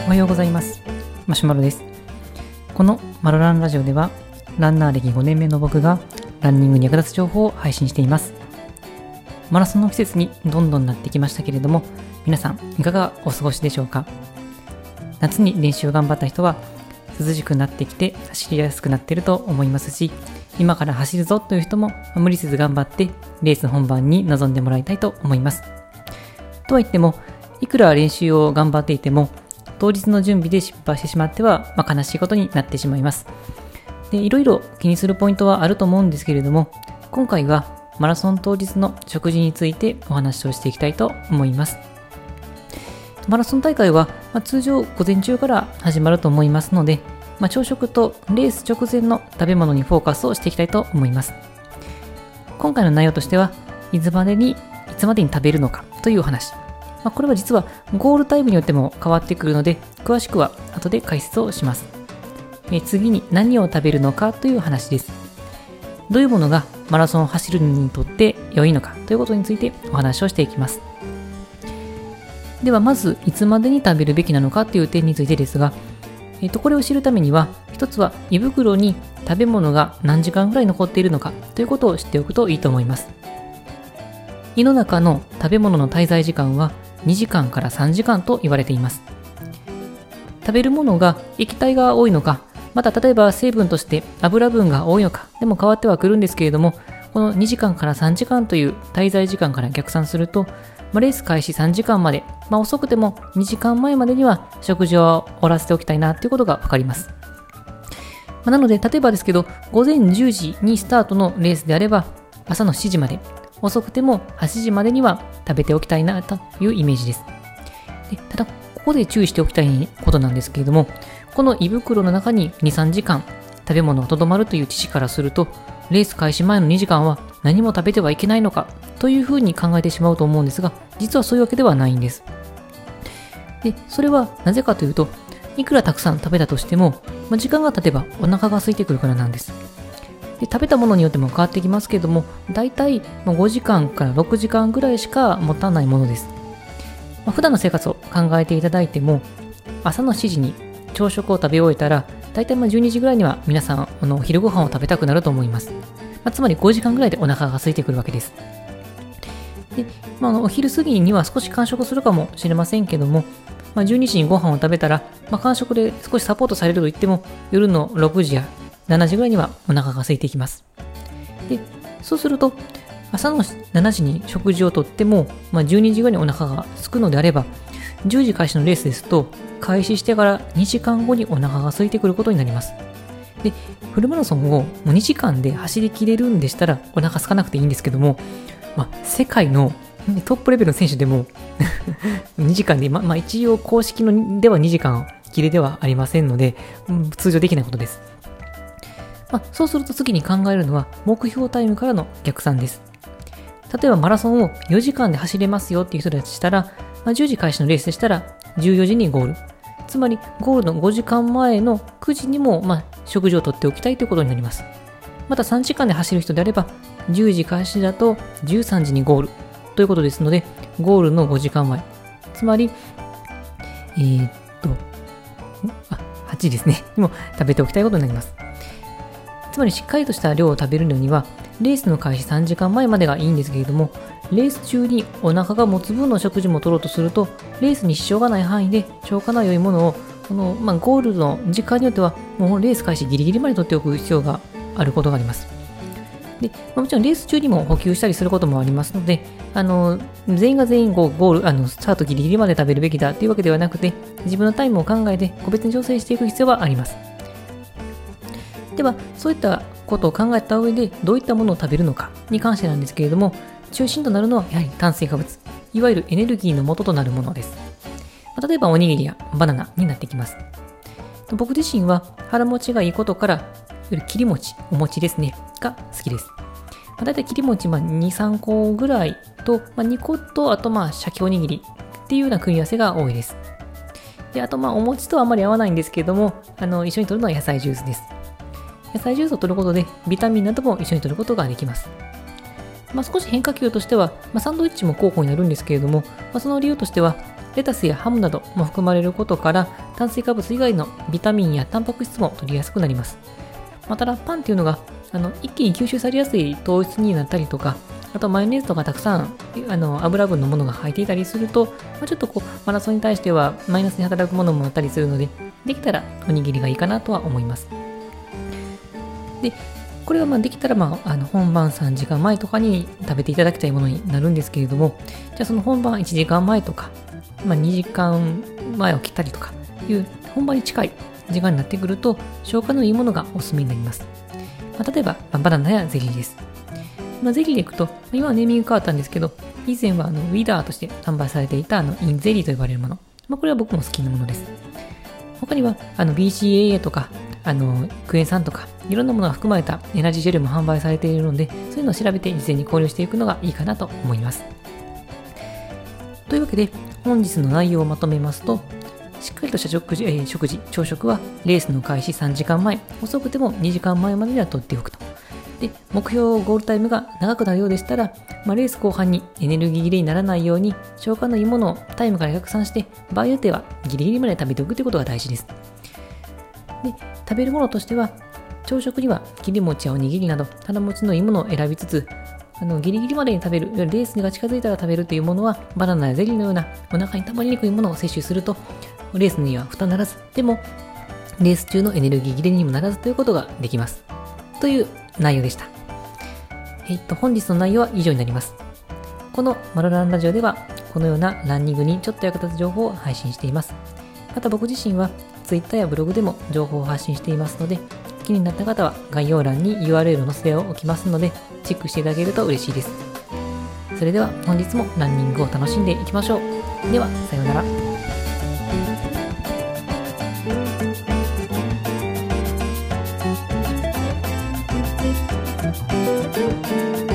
はようございます。マシュマロです。このマロランラジオでは、ランナー歴5年目の僕がランニングに役立つ情報を配信しています。マラソンの季節にどんどんなってきましたけれども、皆さんいかがお過ごしでしょうか。夏に練習を頑張った人は涼しくなってきて走りやすくなっていると思いますし、今から走るぞという人も無理せず頑張ってレース本番に臨んでもらいたいと思います。とは言っても、いくら練習を頑張っていても当日の準備で失敗してしまっては、悲しいことになってしまいます。で、いろいろ気にするポイントはあると思うんですけれども、今回はマラソン当日の食事についてお話をしていきたいと思います。マラソン大会は、通常午前中から始まると思いますので、朝食とレース直前の食べ物にフォーカスをしていきたいと思います。今回の内容としては、いつまでに食べるのかというお話。これは実はゴールタイムによっても変わってくるので、詳しくは後で解説をします。次に何を食べるのかという話です。どういうものがマラソンを走るにとって良いのかということについてお話をしていきます。ではまず、いつまでに食べるべきなのかという点についてですが、これを知るためには、一つは胃袋に食べ物が何時間ぐらい残っているのかということを知っておくといいと思います。胃の中の食べ物の滞在時間は2時間から3時間と言われています。食べるものが液体が多いのか、また例えば成分として油分が多いのかでも変わってはくるんですけれども、この2時間から3時間という滞在時間から逆算すると、レース開始3時間まで、遅くても2時間前までには食事を終わらせておきたいなということが分かります。なので、例えばですけど、午前10時にスタートのレースであれば、朝の7時まで、遅くても8時までには食べておきたいなというイメージです。ただ、ここで注意しておきたいことなんですけれども、この胃袋の中に2、3時間食べ物がとどまるという知識からすると、レース開始前の2時間は何も食べてはいけないのかというふうに考えてしまうと思うんですが、実はそういうわけではないんです。で、それはなぜかというと、いくらたくさん食べたとしても、時間が経てばお腹が空いてくるからなんです。で、食べたものによっても変わってきますけれども、だいたい5時間から6時間ぐらいしか持たないものです。普段の生活を考えていただいても、朝の7時に朝食を食べ終えたら、だいたい12時ぐらいには皆さんお昼ご飯を食べたくなると思います。つまり5時間ぐらいでお腹が空いてくるわけです。で、お昼過ぎには少し間食するかもしれませんけども、12時にご飯を食べたら、間食で少しサポートされると言っても、夜の6時や7時ぐらいにはお腹が空いてきます。で、そうすると、朝の7時に食事をとっても、12時ぐらいにお腹が空くのであれば、10時開始のレースですと、開始してから2時間後にお腹が空いてくることになります。で、フルマラソンをもう2時間で走りきれるんでしたら、お腹空かなくていいんですけども、世界のトップレベルの選手でも2時間で、一応公式のでは2時間切れではありませんので、通常できないことです。そうすると次に考えるのは目標タイムからの逆算です。例えばマラソンを4時間で走れますよっていう人でしたら、10時開始のレースでしたら14時にゴール。つまりゴールの5時間前の9時にも食事をとっておきたいということになります。また3時間で走る人であれば10時開始だと13時にゴールということですので、ゴールの5時間前。つまり、8時ですね。にも食べておきたいことになります。つまりしっかりとした量を食べるのには、レースの開始3時間前までがいいんですけれども、レース中にお腹が持つ分の食事も取ろうとすると、レースに支障がない範囲で消化の良いものを、ゴールの時間によっては、もうレース開始ギリギリまで取っておく必要があることがあります。で、もちろんレース中にも補給したりすることもありますので、全員が全員ゴール、スタートギリギリまで食べるべきだというわけではなくて、自分のタイムを考えて個別に調整していく必要はあります。では、そういったことを考えた上でどういったものを食べるのかに関してなんですけれども、中心となるのはやはり炭水化物、いわゆるエネルギーの元となるものです。例えばおにぎりやバナナになってきます。僕自身は腹持ちがいいことから、切り餅、お餅ですね、が好きです。だいたい切り餅2、3個ぐらいと、2個と、あと鮭おにぎりっていうような組み合わせが多いです。で、あとお餅とはあまり合わないんですけれども、一緒に摂るのは野菜ジュースです。野菜ジュースを摂ることでビタミンなども一緒に摂ることができます。少し変化球としては、サンドイッチも候補になるんですけれども、その理由としてはレタスやハムなども含まれることから、炭水化物以外のビタミンやタンパク質も取りやすくなります。ただパンっていうのが一気に吸収されやすい糖質になったりとか、あとマヨネーズとかたくさん油分のものが入っていたりすると、ちょっとマラソンに対してはマイナスに働くものもあったりするので、できたらおにぎりがいいかなとは思います。で、これはできたら本番3時間前とかに食べていただきたいものになるんですけれども、じゃあその本番1時間前とか、2時間前を切ったりとかいう本番に近い時間になってくると、消化のいいものがおすすめになります。例えばバナナやゼリーです。ゼリーでいくと、今はネーミング変わったんですけど、以前はウィダーとして販売されていたインゼリーと呼ばれるもの。これは僕も好きなものです。他にはBCAA とかクエン酸とかいろんなものが含まれたエナジージェルも販売されているので、そういうのを調べて事前に考慮していくのがいいかなと思います。というわけで本日の内容をまとめますと、しっかりとした朝食はレースの開始3時間前、遅くても2時間前までには取っておくと。で、目標ゴールタイムが長くなるようでしたら、レース後半にエネルギー切れにならないように消化のいいものをタイムから逆算して、場合によってはギリギリまで食べておくということが大事です。で、食べるものとしては、朝食には切り餅やおにぎりなど腹持ちのいいものを選びつつ、ギリギリまでに食べる、いわゆるレースが近づいたら食べるというものは、バナナやゼリーのようなお腹に溜まりにくいものを摂取すると、レースには負担ならず、でもレース中のエネルギー切れにもならずということができます。という内容でした。本日の内容は以上になります。このマロランラジオでは、このようなランニングにちょっと役立つ情報を配信しています。また僕自身は Twitter やブログでも情報を発信していますので、気になった方は概要欄に URL の載せておきますので、チェックしていただけると嬉しいです。それでは本日もランニングを楽しんでいきましょう。では、さようなら。